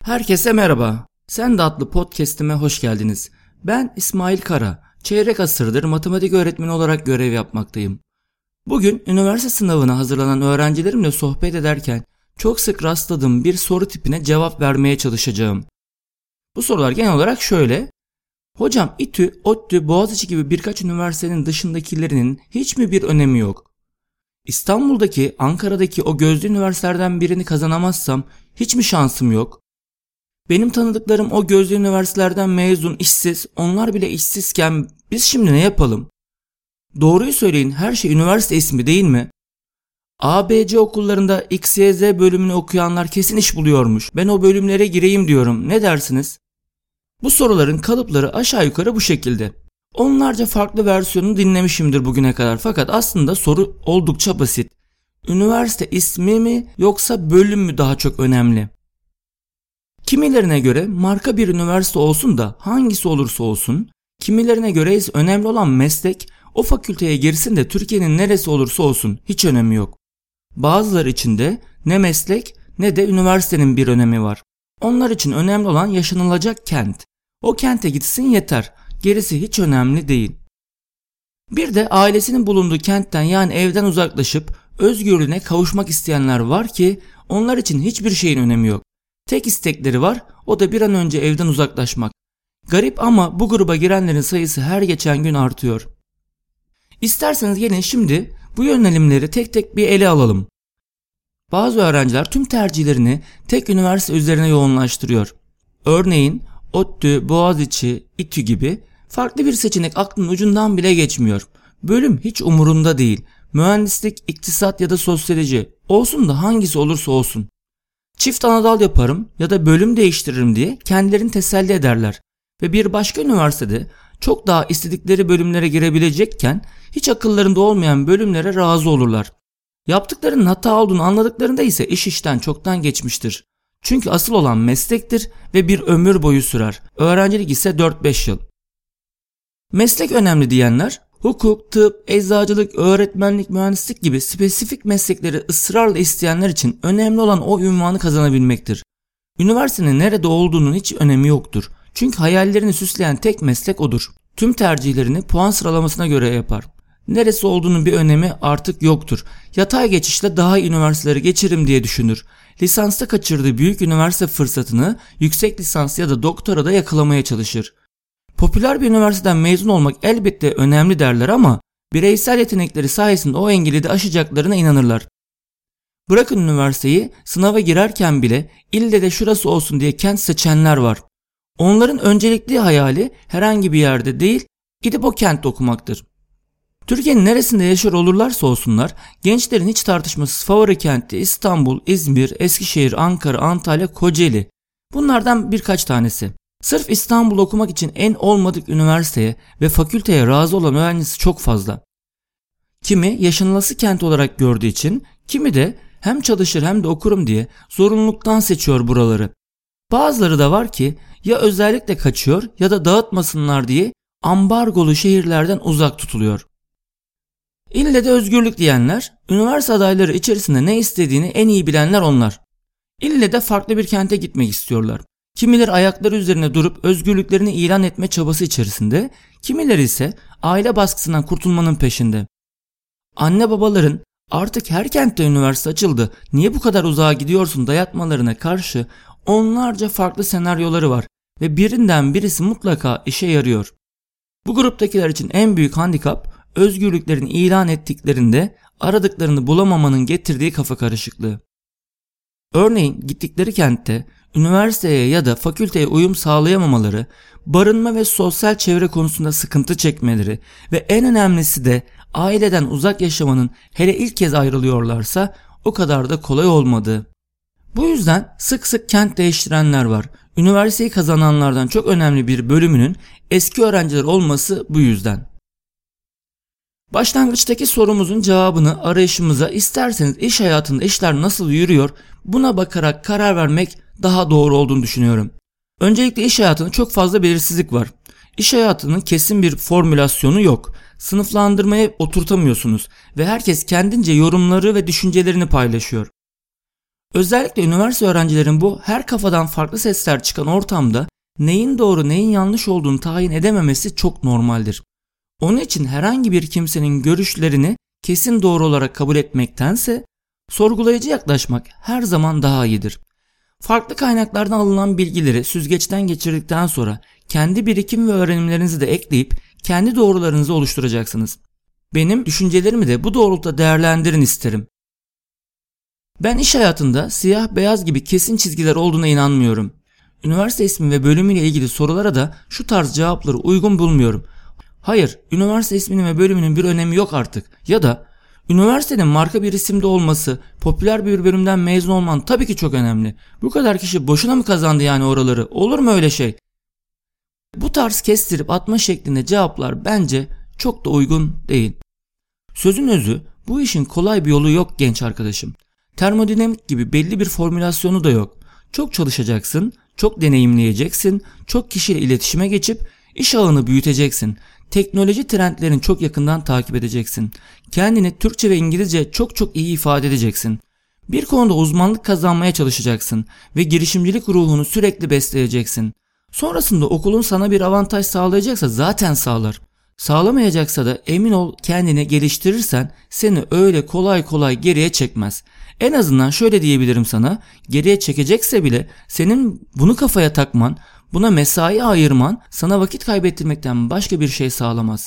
Herkese merhaba. Sen de adlı podcast'ime hoş geldiniz. Ben İsmail Kara. Çeyrek asırdır matematik öğretmeni olarak görev yapmaktayım. Bugün üniversite sınavına hazırlanan öğrencilerimle sohbet ederken çok sık rastladığım bir soru tipine cevap vermeye çalışacağım. Bu sorular genel olarak şöyle. Hocam İTÜ, ODTÜ, Boğaziçi gibi birkaç üniversitenin dışındakilerinin hiç mi bir önemi yok? İstanbul'daki, Ankara'daki o gözlü üniversitelerden birini kazanamazsam hiç mi şansım yok? Benim tanıdıklarım o gözlü üniversitelerden mezun, işsiz, onlar bile işsizken biz şimdi ne yapalım? Doğruyu söyleyin, her şey üniversite ismi değil mi? ABC okullarında XYZ bölümünü okuyanlar kesin iş buluyormuş. Ben o bölümlere gireyim diyorum. Ne dersiniz? Bu soruların kalıpları aşağı yukarı bu şekilde. Onlarca farklı versiyonunu dinlemişimdir bugüne kadar fakat aslında soru oldukça basit. Üniversite ismi mi yoksa bölüm mü daha çok önemli? Kimilerine göre marka bir üniversite olsun da hangisi olursa olsun, kimilerine göre ise önemli olan meslek, o fakülteye girsin de Türkiye'nin neresi olursa olsun hiç önemi yok. Bazıları için de ne meslek ne de üniversitenin bir önemi var. Onlar için önemli olan yaşanılacak kent. O kente gitsin yeter, gerisi hiç önemli değil. Bir de ailesinin bulunduğu kentten yani evden uzaklaşıp özgürlüğüne kavuşmak isteyenler var ki onlar için hiçbir şeyin önemi yok. Tek istekleri var, o da bir an önce evden uzaklaşmak. Garip ama bu gruba girenlerin sayısı her geçen gün artıyor. İsterseniz gelin şimdi bu yönelimleri tek tek bir ele alalım. Bazı öğrenciler tüm tercihlerini tek üniversite üzerine yoğunlaştırıyor. Örneğin ODTÜ, Boğaziçi, İTÜ gibi farklı bir seçenek aklının ucundan bile geçmiyor. Bölüm hiç umurunda değil. Mühendislik, iktisat ya da sosyoloji olsun da hangisi olursa olsun. Çift anadal yaparım ya da bölüm değiştiririm diye kendilerini teselli ederler ve bir başka üniversitede çok daha istedikleri bölümlere girebilecekken hiç akıllarında olmayan bölümlere razı olurlar. Yaptıklarının hata olduğunu anladıklarında ise iş işten çoktan geçmiştir. Çünkü asıl olan meslektir ve bir ömür boyu sürer. Öğrencilik ise 4-5 yıl. Meslek önemli diyenler hukuk, tıp, eczacılık, öğretmenlik, mühendislik gibi spesifik meslekleri ısrarla isteyenler için önemli olan o ünvanı kazanabilmektir. Üniversitenin nerede olduğunun hiç önemi yoktur. Çünkü hayallerini süsleyen tek meslek odur. Tüm tercihlerini puan sıralamasına göre yapar. Neresi olduğunun bir önemi artık yoktur. Yatay geçişle daha iyi üniversiteleri geçerim diye düşünür. Lisansta kaçırdığı büyük üniversite fırsatını yüksek lisans ya da doktorada yakalamaya çalışır. Popüler bir üniversiteden mezun olmak elbette önemli derler ama bireysel yetenekleri sayesinde o engeli de aşacaklarına inanırlar. Bırakın üniversiteyi, sınava girerken bile ille de şurası olsun diye kent seçenler var. Onların öncelikli hayali herhangi bir yerde değil, gidip o kentte okumaktır. Türkiye'nin neresinde yaşar olurlarsa olsunlar, gençlerin hiç tartışmasız favori kenti İstanbul, İzmir, Eskişehir, Ankara, Antalya, Kocaeli. Bunlardan birkaç tanesi. Sırf İstanbul okumak için en olmadık üniversiteye ve fakülteye razı olan öğrencisi çok fazla. Kimi yaşanılası kent olarak gördüğü için, kimi de hem çalışır hem de okurum diye zorunluluktan seçiyor buraları. Bazıları da var ki ya özellikle kaçıyor ya da dağıtmasınlar diye ambargolu şehirlerden uzak tutuluyor. İlle de özgürlük diyenler, üniversite adayları içerisinde ne istediğini en iyi bilenler onlar. İlle de farklı bir kente gitmek istiyorlar. Kimileri ayakları üzerine durup özgürlüklerini ilan etme çabası içerisinde, kimileri ise aile baskısından kurtulmanın peşinde. Anne babaların artık her kentte üniversite açıldı, niye bu kadar uzağa gidiyorsun dayatmalarına karşı onlarca farklı senaryoları var ve birinden birisi mutlaka işe yarıyor. Bu gruptakiler için en büyük handikap özgürlüklerini ilan ettiklerinde aradıklarını bulamamanın getirdiği kafa karışıklığı. Örneğin gittikleri kentte üniversiteye ya da fakülteye uyum sağlayamamaları, barınma ve sosyal çevre konusunda sıkıntı çekmeleri ve en önemlisi de aileden uzak yaşamanın hele ilk kez ayrılıyorlarsa o kadar da kolay olmadığı. Bu yüzden sık sık kent değiştirenler var. Üniversiteyi kazananlardan çok önemli bir bölümünün eski öğrenciler olması bu yüzden. Başlangıçtaki sorumuzun cevabını arayışımıza isterseniz iş hayatında işler nasıl yürüyor buna bakarak karar vermek daha doğru olduğunu düşünüyorum. Öncelikle iş hayatında çok fazla belirsizlik var. İş hayatının kesin bir formülasyonu yok. Sınıflandırmaya oturtamıyorsunuz ve herkes kendince yorumları ve düşüncelerini paylaşıyor. Özellikle üniversite öğrencilerin bu her kafadan farklı sesler çıkan ortamda neyin doğru neyin yanlış olduğunu tayin edememesi çok normaldir. Onun için herhangi bir kimsenin görüşlerini kesin doğru olarak kabul etmektense sorgulayıcı yaklaşmak her zaman daha iyidir. Farklı kaynaklardan alınan bilgileri süzgeçten geçirdikten sonra kendi birikim ve öğrenimlerinizi de ekleyip kendi doğrularınızı oluşturacaksınız. Benim düşüncelerimi de bu doğrultuda değerlendirin isterim. Ben iş hayatında siyah beyaz gibi kesin çizgiler olduğuna inanmıyorum. Üniversite ismi ve bölümüyle ilgili sorulara da şu tarz cevapları uygun bulmuyorum. Hayır, üniversite isminin ve bölümünün bir önemi yok artık. Ya da üniversitenin marka bir isimde olması, popüler bir bölümden mezun olman tabii ki çok önemli. Bu kadar kişi boşuna mı kazandı yani oraları? Olur mu öyle şey? Bu tarz kestirip atma şeklinde cevaplar bence çok da uygun değil. Sözün özü, bu işin kolay bir yolu yok genç arkadaşım. Termodinamik gibi belli bir formülasyonu da yok. Çok çalışacaksın, çok deneyimleyeceksin, çok kişiyle iletişime geçip iş ağını büyüteceksin. Teknoloji trendlerini çok yakından takip edeceksin. Kendini Türkçe ve İngilizce çok iyi ifade edeceksin. Bir konuda uzmanlık kazanmaya çalışacaksın ve girişimcilik ruhunu sürekli besleyeceksin. Sonrasında okulun sana bir avantaj sağlayacaksa zaten sağlar. Sağlamayacaksa da emin ol kendini geliştirirsen seni öyle kolay geriye çekmez. En azından şöyle diyebilirim sana, geriye çekecekse bile senin bunu kafaya takman, buna mesai ayırman sana vakit kaybettirmekten başka bir şey sağlamaz.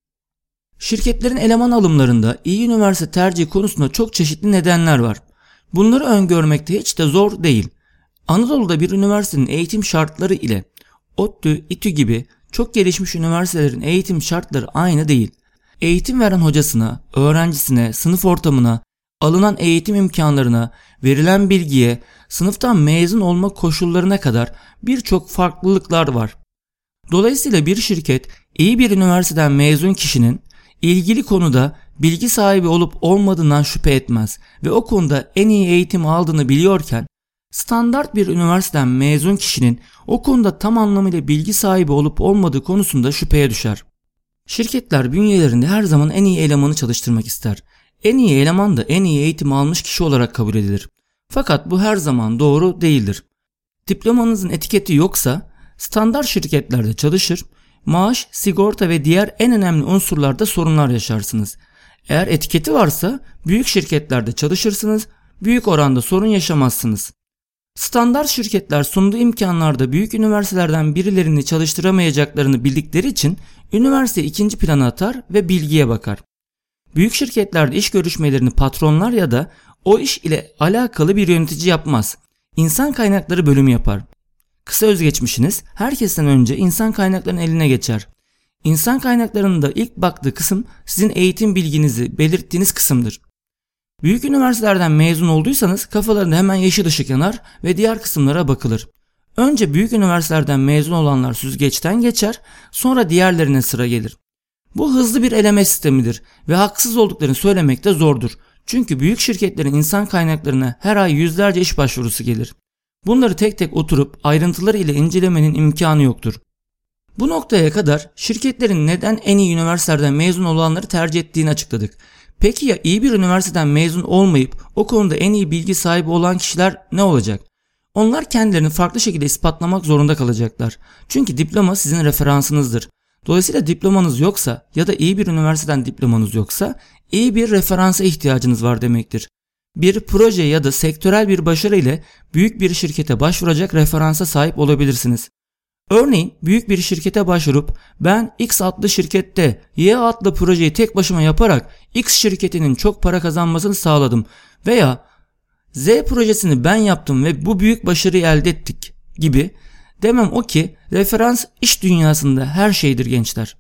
Şirketlerin eleman alımlarında iyi üniversite tercihi konusunda çok çeşitli nedenler var. Bunları öngörmekte hiç de zor değil. Anadolu'da bir üniversitenin eğitim şartları ile ODTÜ, İTÜ gibi çok gelişmiş üniversitelerin eğitim şartları aynı değil. Eğitim veren hocasına, öğrencisine, sınıf ortamına, alınan eğitim imkanlarına, verilen bilgiye, sınıftan mezun olma koşullarına kadar birçok farklılıklar var. Dolayısıyla bir şirket iyi bir üniversiteden mezun kişinin ilgili konuda bilgi sahibi olup olmadığından şüphe etmez ve o konuda en iyi eğitim aldığını biliyorken standart bir üniversiteden mezun kişinin o konuda tam anlamıyla bilgi sahibi olup olmadığı konusunda şüpheye düşer. Şirketler bünyelerinde her zaman en iyi elemanı çalıştırmak ister. En iyi eleman da en iyi eğitim almış kişi olarak kabul edilir. Fakat bu her zaman doğru değildir. Diplomanızın etiketi yoksa standart şirketlerde çalışır, maaş, sigorta ve diğer en önemli unsurlarda sorunlar yaşarsınız. Eğer etiketi varsa büyük şirketlerde çalışırsınız, büyük oranda sorun yaşamazsınız. Standart şirketler sunduğu imkanlarda büyük üniversitelerden birilerini çalıştıramayacaklarını bildikleri için üniversiteyi ikinci plana atar ve bilgiye bakar. Büyük şirketlerde iş görüşmelerini patronlar ya da o iş ile alakalı bir yönetici yapmaz. İnsan kaynakları bölümü yapar. Kısa özgeçmişiniz herkesten önce insan kaynaklarının eline geçer. İnsan kaynaklarının da ilk baktığı kısım sizin eğitim bilginizi belirttiğiniz kısımdır. Büyük üniversitelerden mezun olduysanız kafalarında hemen yeşil ışık yanar ve diğer kısımlara bakılır. Önce büyük üniversitelerden mezun olanlar süzgeçten geçer, sonra diğerlerine sıra gelir. Bu hızlı bir eleme sistemidir ve haksız olduklarını söylemek de zordur. Çünkü büyük şirketlerin insan kaynaklarına her ay yüzlerce iş başvurusu gelir. Bunları tek tek oturup ayrıntıları ile incelemenin imkanı yoktur. Bu noktaya kadar şirketlerin neden en iyi üniversitelerden mezun olanları tercih ettiğini açıkladık. Peki ya iyi bir üniversiteden mezun olmayıp o konuda en iyi bilgi sahibi olan kişiler ne olacak? Onlar kendilerini farklı şekilde ispatlamak zorunda kalacaklar. Çünkü diploma sizin referansınızdır. Dolayısıyla diplomanız yoksa ya da iyi bir üniversiteden diplomanız yoksa iyi bir referansa ihtiyacınız var demektir. Bir proje ya da sektörel bir başarı ile büyük bir şirkete başvuracak referansa sahip olabilirsiniz. Örneğin büyük bir şirkete başvurup ben X adlı şirkette Y adlı projeyi tek başıma yaparak X şirketinin çok para kazanmasını sağladım veya Z projesini ben yaptım ve bu büyük başarıyı elde ettik gibi demem o ki referans iş dünyasında her şeydir gençler.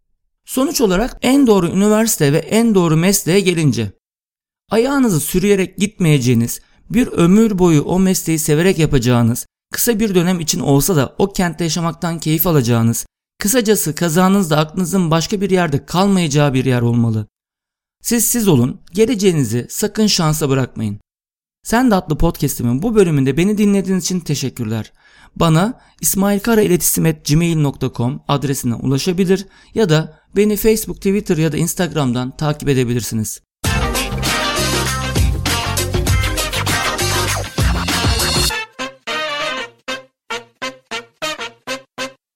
Sonuç olarak en doğru üniversite ve en doğru mesleğe gelince ayağınızı sürüyerek gitmeyeceğiniz, bir ömür boyu o mesleği severek yapacağınız, kısa bir dönem için olsa da o kentte yaşamaktan keyif alacağınız, kısacası kazanızda aklınızın başka bir yerde kalmayacağı bir yer olmalı. Siz olun, geleceğinizi sakın şansa bırakmayın. Sen de adlı podcast'imin bu bölümünde beni dinlediğiniz için teşekkürler. Bana ismailkarailetişim@gmail.com adresine ulaşabilir ya da beni Facebook, Twitter ya da Instagram'dan takip edebilirsiniz.